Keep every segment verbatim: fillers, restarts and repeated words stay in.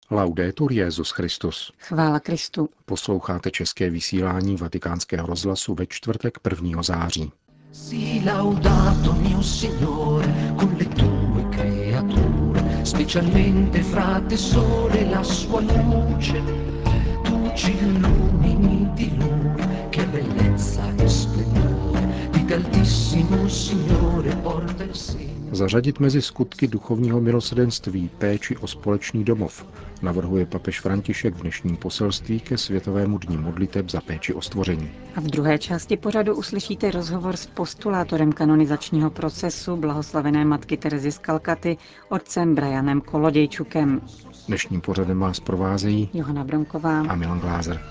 Laudetur Jesus Christus. Chvála Kristu. Posloucháte české vysílání Vatikánského rozhlasu ve čtvrtek prvního září. Sii laudato mio Signore con le tue creature, specialmente fra te sole la sua luce. Tu ci illumini di luce, che bellezza e splendore, di altissimo Signore porta il segno. Zařadit mezi skutky duchovního milosrdenství péči o společný domov navrhuje papež František v dnešním poselství ke Světovému dni modliteb za péči o stvoření. A v druhé části pořadu uslyšíte rozhovor s postulátorem kanonizačního procesu blahoslavené matky Terezy z Kalkaty, otcem Brianem Kolodějčukem. Dnešním pořadem vás provázejí Johana Bronková a Milan Glázer.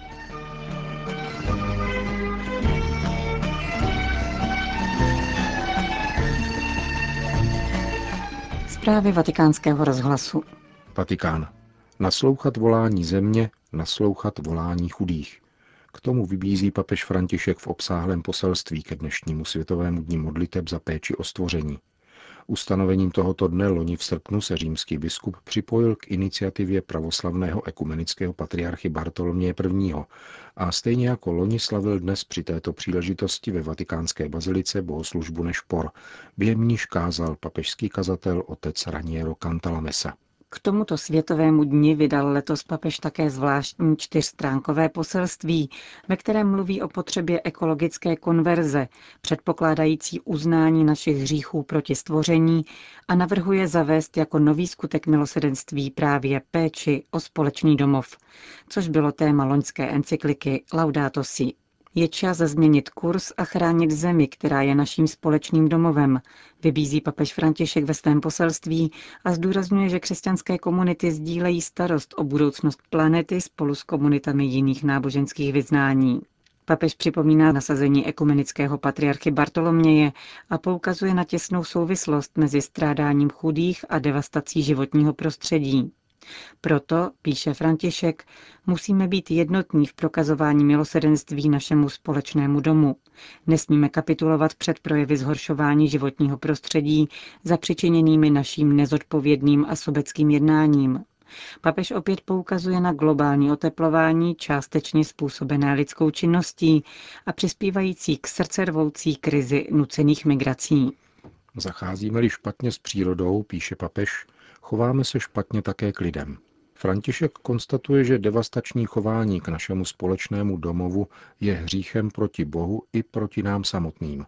Zprávy Vatikánského rozhlasu. Vatikán. Naslouchat volání země, naslouchat volání chudých. K tomu vybízí papež František v obsáhlém poselství ke dnešnímu Světovému dni modliteb za péči o stvoření. Ustanovením tohoto dne loni v srpnu se římský biskup připojil k iniciativě pravoslavného ekumenického patriarchy Bartoloměje prvního. a stejně jako loni slavil dnes při této příležitosti ve vatikánské bazilice bohoslužbu Nešpor, během níž kázal papežský kazatel otec Raniero Cantalamessa. K tomuto světovému dni vydal letos papež také zvláštní čtyřstránkové poselství, ve kterém mluví o potřebě ekologické konverze, předpokládající uznání našich hříchů proti stvoření, a navrhuje zavést jako nový skutek milosrdenství právě péči o společný domov, což bylo téma loňské encykliky Laudato Si. Je čas změnit kurz a chránit zemi, která je naším společným domovem, vybízí papež František ve svém poselství a zdůrazňuje, že křesťanské komunity sdílejí starost o budoucnost planety spolu s komunitami jiných náboženských vyznání. Papež připomíná nasazení ekumenického patriarchy Bartoloměje a poukazuje na těsnou souvislost mezi strádáním chudých a devastací životního prostředí. Proto, píše František, musíme být jednotní v prokazování milosrdenství našemu společnému domu. Nesmíme kapitulovat před projevy zhoršování životního prostředí zapřičiněnými naším nezodpovědným a sobeckým jednáním. Papež opět poukazuje na globální oteplování částečně způsobené lidskou činností a přispívající k srdcervoucí krizi nucených migrací. Zacházíme-li špatně s přírodou, píše papež, chováme se špatně také k lidem. František konstatuje, že devastační chování k našemu společnému domovu je hříchem proti Bohu i proti nám samotným.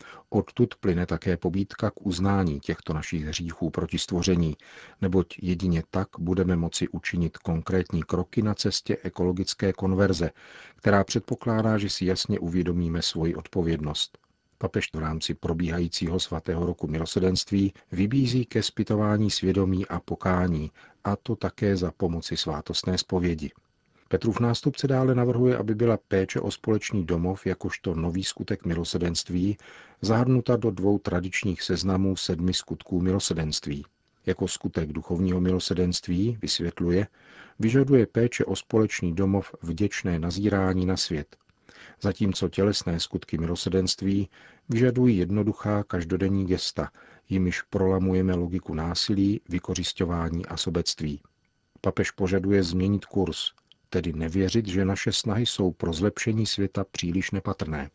Odtud plyne také pobídka k uznání těchto našich hříchů proti stvoření, neboť jedině tak budeme moci učinit konkrétní kroky na cestě ekologické konverze, která předpokládá, že si jasně uvědomíme svoji odpovědnost. Papež v rámci probíhajícího svatého roku milosrdenství vybízí ke zpytování svědomí a pokání, a to také za pomoci svátostné zpovědi. Petrův nástupce dále navrhuje, aby byla péče o společný domov jakožto nový skutek milosrdenství zahrnuta do dvou tradičních seznamů sedmi skutků milosrdenství. Jako skutek duchovního milosrdenství, vysvětluje, vyžaduje péče o společný domov vděčné nazírání na svět, zatímco tělesné skutky milosrdenství vyžadují jednoduchá každodenní gesta, jimiž prolamujeme logiku násilí, vykořisťování a sobectví. Papež požaduje změnit kurz, tedy nevěřit, že naše snahy jsou pro zlepšení světa příliš nepatrné.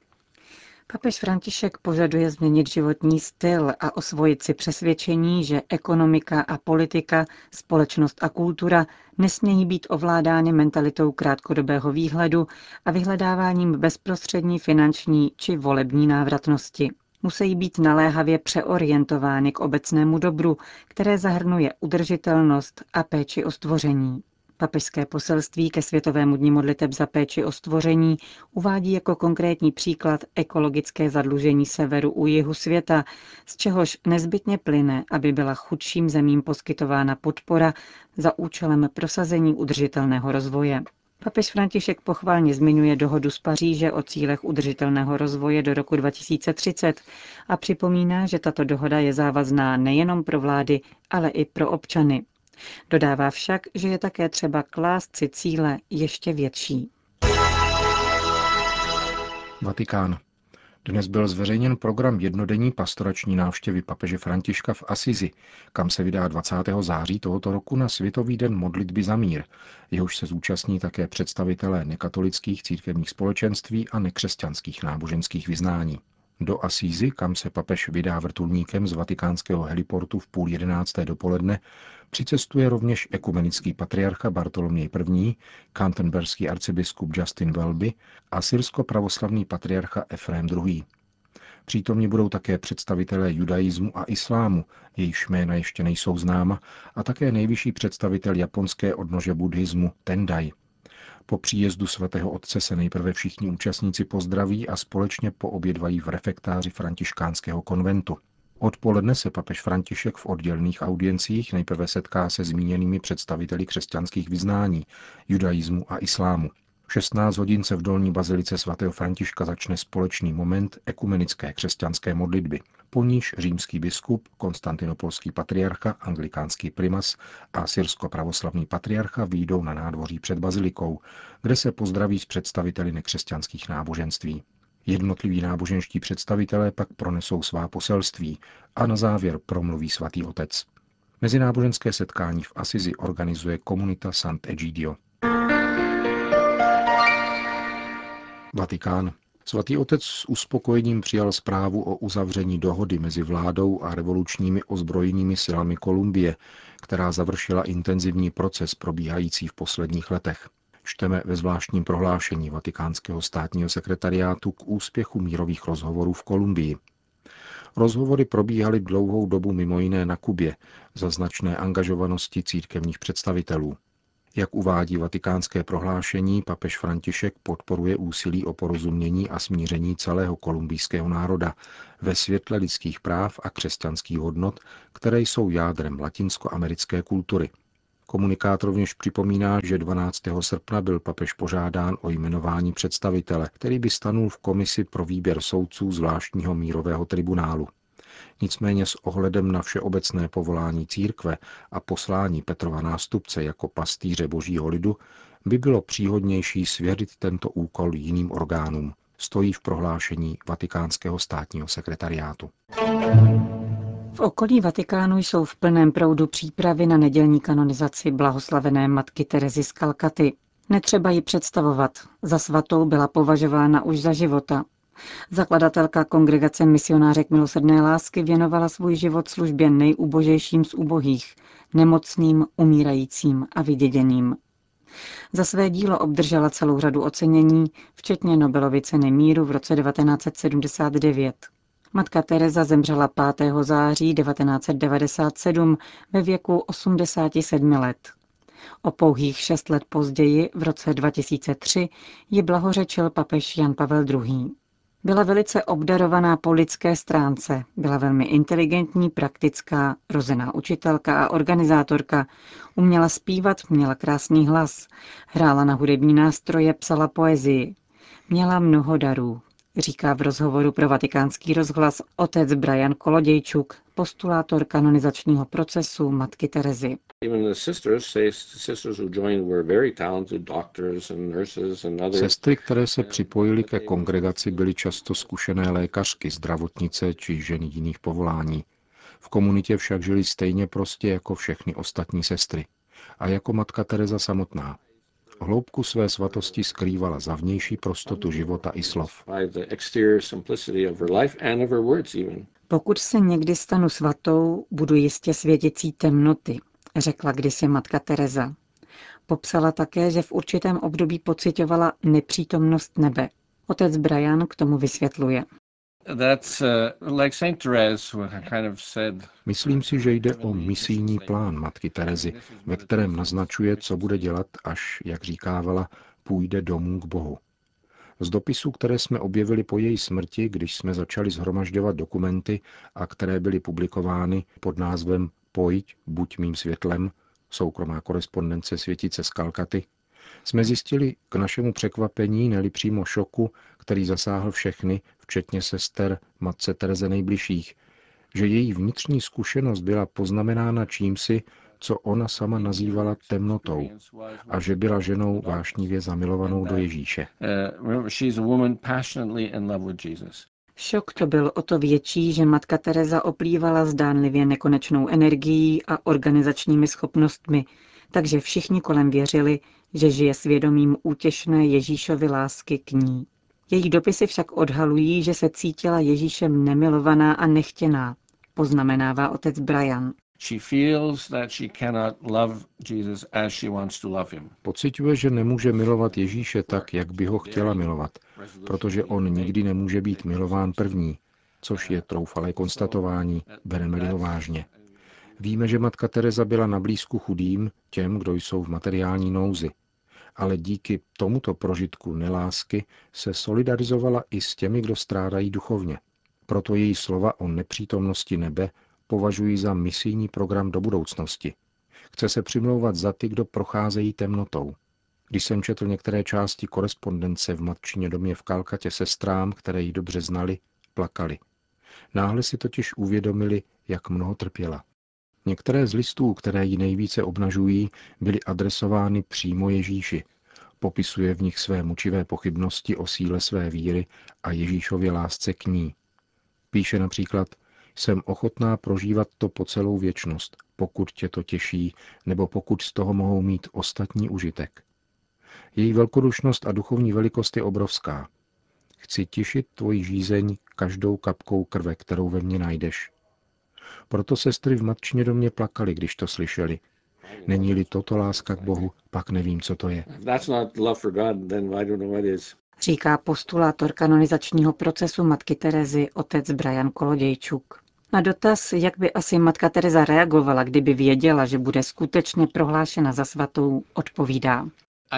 Papež František požaduje změnit životní styl a osvojit si přesvědčení, že ekonomika a politika, společnost a kultura nesmějí být ovládány mentalitou krátkodobého výhledu a vyhledáváním bezprostřední finanční či volební návratnosti. Musí být naléhavě přeorientovány k obecnému dobru, které zahrnuje udržitelnost a péči o stvoření. Papežské poselství ke Světovému dni modliteb za péči o stvoření uvádí jako konkrétní příklad ekologické zadlužení severu u jihu světa, z čehož nezbytně plyne, aby byla chudším zemím poskytována podpora za účelem prosazení udržitelného rozvoje. Papež František pochvalně zmiňuje dohodu z Paříže o cílech udržitelného rozvoje do roku dva tisíce třicet a připomíná, že tato dohoda je závazná nejenom pro vlády, ale i pro občany. Dodává však, že je také třeba klást si cíle ještě větší. Vatikán. Dnes byl zveřejněn program jednodenní pastorační návštěvy papeže Františka v Asizi, kam se vydá dvacátého září tohoto roku na Světový den modlitby za mír. Jehož se zúčastní také představitelé nekatolických církevních společenství a nekřesťanských náboženských vyznání. Do Asízy, kam se papež vydá vrtulníkem z vatikánského heliportu v půl jedenácté dopoledne, přicestuje rovněž ekumenický patriarcha Bartoloměj I., canterburyský arcibiskup Justin Welby a syrsko-pravoslavný patriarcha Efrém druhý. Přítomni budou také představitelé judaismu a islámu, jejichž jména ještě nejsou známa, a také nejvyšší představitel japonské odnože buddhismu Tendai. Po příjezdu svatého otce se nejprve všichni účastníci pozdraví a společně poobědvají v refektáři františkánského konventu. Odpoledne se papež František v oddělených audiencích nejprve setká se zmíněnými představiteli křesťanských vyznání, judaismu a islámu. V šestnáct hodin se v dolní bazilice svatého Františka začne společný moment ekumenické křesťanské modlitby. Po níž římský biskup, konstantinopolský patriarcha, anglikánský primas a syrsko-pravoslavný patriarcha vyjdou na nádvoří před bazilikou, kde se pozdraví s představiteli nekřesťanských náboženství. Jednotliví náboženští představitelé pak pronesou svá poselství a na závěr promluví svatý otec. Mezináboženské setkání v Asizi organizuje komunita Sant'Egidio. Vatikán. Svatý otec s uspokojením přijal zprávu o uzavření dohody mezi vládou a revolučními ozbrojenými silami Kolumbie, která završila intenzivní proces probíhající v posledních letech. Čteme ve zvláštním prohlášení Vatikánského státního sekretariátu k úspěchu mírových rozhovorů v Kolumbii. Rozhovory probíhaly dlouhou dobu mimo jiné na Kubě za značné angažovanosti církevních představitelů. Jak uvádí vatikánské prohlášení, papež František podporuje úsilí o porozumění a smíření celého kolumbijského národa ve světle lidských práv a křesťanských hodnot, které jsou jádrem latinskoamerické kultury. Komunikát rovněž připomíná, že dvanáctého srpna byl papež požádán o jmenování představitele, který by stanul v komisi pro výběr soudců zvláštního mírového tribunálu. Nicméně s ohledem na všeobecné povolání církve a poslání Petrova nástupce jako pastýře božího lidu by bylo příhodnější svěřit tento úkol jiným orgánům, stojí v prohlášení Vatikánského státního sekretariátu. V okolí Vatikánu jsou v plném proudu přípravy na nedělní kanonizaci blahoslavené matky Terezy z Kalkaty. Netřeba ji představovat, za svatou byla považována už za života. Zakladatelka kongregace misionářek milosrdné lásky věnovala svůj život službě nejubožejším z ubohých, nemocným, umírajícím a vyděděným. Za své dílo obdržela celou řadu ocenění, včetně Nobelovy ceny míru v roce devatenáct set sedmdesát devět. Matka Teresa zemřela pátého září devatenáct set devadesát sedm ve věku osmdesáti sedmi let. O pouhých šest let později, v roce dva tisíce tři, ji blahořečil papež Jan Pavel druhý. Byla velice obdarovaná po lidské stránce, byla velmi inteligentní, praktická, rozená učitelka a organizátorka, uměla zpívat, měla krásný hlas, hrála na hudební nástroje, psala poezii. Měla mnoho darů, říká v rozhovoru pro Vatikánský rozhlas otec Brian Kolodějčuk, postulátor kanonizačního procesu matky Terezy. Sestry, které se připojily ke kongregaci, byly často zkušené lékařky, zdravotnice či ženy jiných povolání. V komunitě však žili stejně prostě jako všechny ostatní sestry. A jako matka Teresa samotná. Hloubku své svatosti skrývala za vnější prostotu života i slov. Pokud se někdy stanu svatou, budu jistě světící temnoty, řekla kdysi matka Teresa. Popsala také, že v určitém období pociťovala nepřítomnost nebe. Otec Brian k tomu vysvětluje. Myslím si, že jde o misijní plán matky Terezy, ve kterém naznačuje, co bude dělat, až, jak říkávala, půjde domů k Bohu. Z dopisů, které jsme objevili po její smrti, když jsme začali shromažďovat dokumenty a které byly publikovány pod názvem Pojď, buď mým světlem, soukromá korespondence světice z Kalkaty, jsme zjistili k našemu překvapení, neli přímo šoku, který zasáhl všechny, včetně sester matce Tereze nejbližších, že její vnitřní zkušenost byla poznamenána čímsi, co ona sama nazývala temnotou, a že byla ženou vášnivě zamilovanou do Ježíše. Šok to byl o to větší, že matka Teresa oplývala zdánlivě nekonečnou energií a organizačními schopnostmi, takže všichni kolem věřili, že žije svědomím útěšné Ježíšovy lásky k ní. Její dopisy však odhalují, že se cítila Ježíšem nemilovaná a nechtěná, poznamenává otec Brian. Pociťuje, že nemůže milovat Ježíše tak, jak by ho chtěla milovat, protože on nikdy nemůže být milován první, což je troufalé konstatování, bereme-li ho vážně. Víme, že matka Teresa byla na blízku chudým, těm, kdo jsou v materiální nouzi. Ale díky tomuto prožitku nelásky se solidarizovala i s těmi, kdo strádají duchovně. Proto její slova o nepřítomnosti nebe považují za misijní program do budoucnosti. Chce se přimlouvat za ty, kdo procházejí temnotou. Když jsem četl některé části korespondence v matčině domě v Kalkatě sestrám, které ji dobře znali, plakali. Náhle si totiž uvědomili, jak mnoho trpěla. Některé z listů, které ji nejvíce obnažují, byly adresovány přímo Ježíši. Popisuje v nich své mučivé pochybnosti o síle své víry a Ježíšově lásce k ní. Píše například: jsem ochotná prožívat to po celou věčnost, pokud tě to těší, nebo pokud z toho mohou mít ostatní užitek. Její velkodušnost a duchovní velikost je obrovská. Chci tišit tvoji žízeň každou kapkou krve, kterou ve mně najdeš. Proto sestry v matčině domě plakali, když to slyšeli. Není-li toto láska k Bohu, pak nevím, co to je. Říká postulátor kanonizačního procesu matky Terezy otec Brian Kolodějčuk. Na dotaz, jak by asi matka Teresa reagovala, kdyby věděla, že bude skutečně prohlášena za svatou, odpovídá.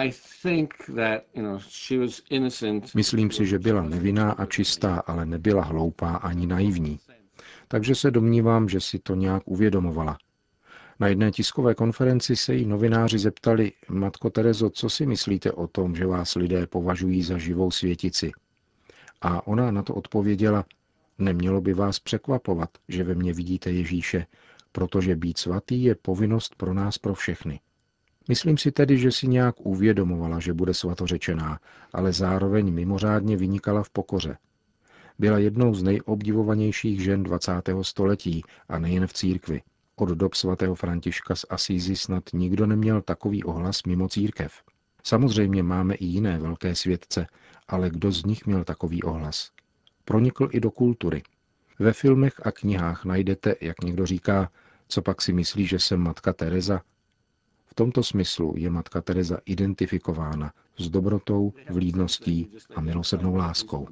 Myslím si, že byla nevinná a čistá, ale nebyla hloupá ani naivní. Takže se domnívám, že si to nějak uvědomovala. Na jedné tiskové konferenci se jí novináři zeptali: matko Terezo, co si myslíte o tom, že vás lidé považují za živou světici? A ona na to odpověděla: nemělo by vás překvapovat, že ve mně vidíte Ježíše, protože být svatý je povinnost pro nás pro všechny. Myslím si tedy, že si nějak uvědomovala, že bude svatořečená, ale zároveň mimořádně vynikala v pokoře. Byla jednou z nejobdivovanějších žen dvacátého století a nejen v církvi. Od dob svatého Františka z Asízy snad nikdo neměl takový ohlas mimo církev. Samozřejmě máme i jiné velké světce, ale kdo z nich měl takový ohlas? Pronikl i do kultury. Ve filmech a knihách najdete, jak někdo říká, co pak si myslí, že jsem matka Teresa? V tomto smyslu je matka Teresa identifikována s dobrotou, vlídností a milosrdnou láskou.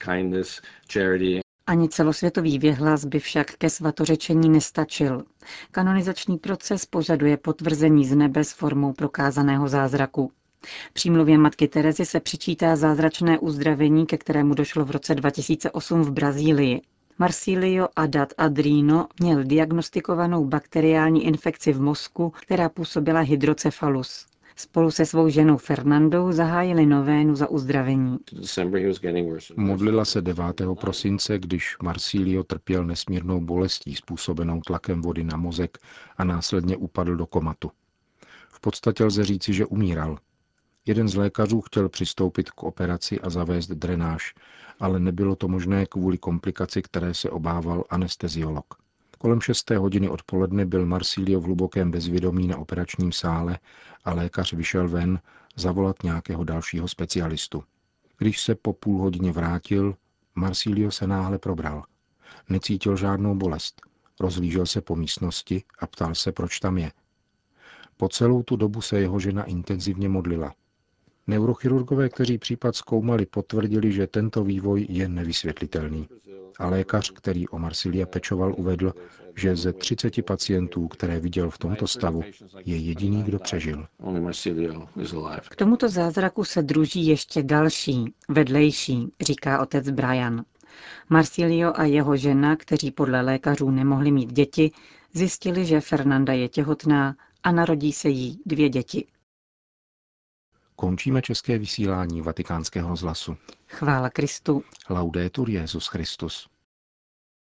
Ani celosvětový věhlas by však ke svatořečení nestačil. Kanonizační proces požaduje potvrzení z nebe s formou prokázaného zázraku. Přímluvě matky Terezy se přičítá zázračné uzdravení, ke kterému došlo v roce dva tisíce osm v Brazílii. Marsilio Haddad Adrino měl diagnostikovanou bakteriální infekci v mozku, která působila hydrocefalus. Spolu se svou ženou Fernandou zahájili novénu za uzdravení. Modlila se devátého prosince, když Marsilio trpěl nesmírnou bolestí způsobenou tlakem vody na mozek a následně upadl do komatu. V podstatě lze říci, že umíral. Jeden z lékařů chtěl přistoupit k operaci a zavést drenáž, ale nebylo to možné kvůli komplikaci, které se obával anesteziolog. Kolem šesté hodiny odpoledne byl Marsilio v hlubokém bezvědomí na operačním sále a lékař vyšel ven zavolat nějakého dalšího specialistu. Když se po půl hodině vrátil, Marsilio se náhle probral. Necítil žádnou bolest. Rozhlížel se po místnosti a ptal se, proč tam je. Po celou tu dobu se jeho žena intenzivně modlila. Neurochirurgové, kteří případ zkoumali, potvrdili, že tento vývoj je nevysvětlitelný. A lékař, který o Marsilia pečoval, uvedl, že ze třiceti pacientů, které viděl v tomto stavu, je jediný, kdo přežil. K tomuto zázraku se druží ještě další, vedlejší, říká otec Brian. Marsilio a jeho žena, kteří podle lékařů nemohli mít děti, zjistili, že Fernanda je těhotná a narodí se jí dvě děti. Končíme české vysílání Vatikánského rozhlasu. Chvála Kristu. Laudetur Jesus Christus.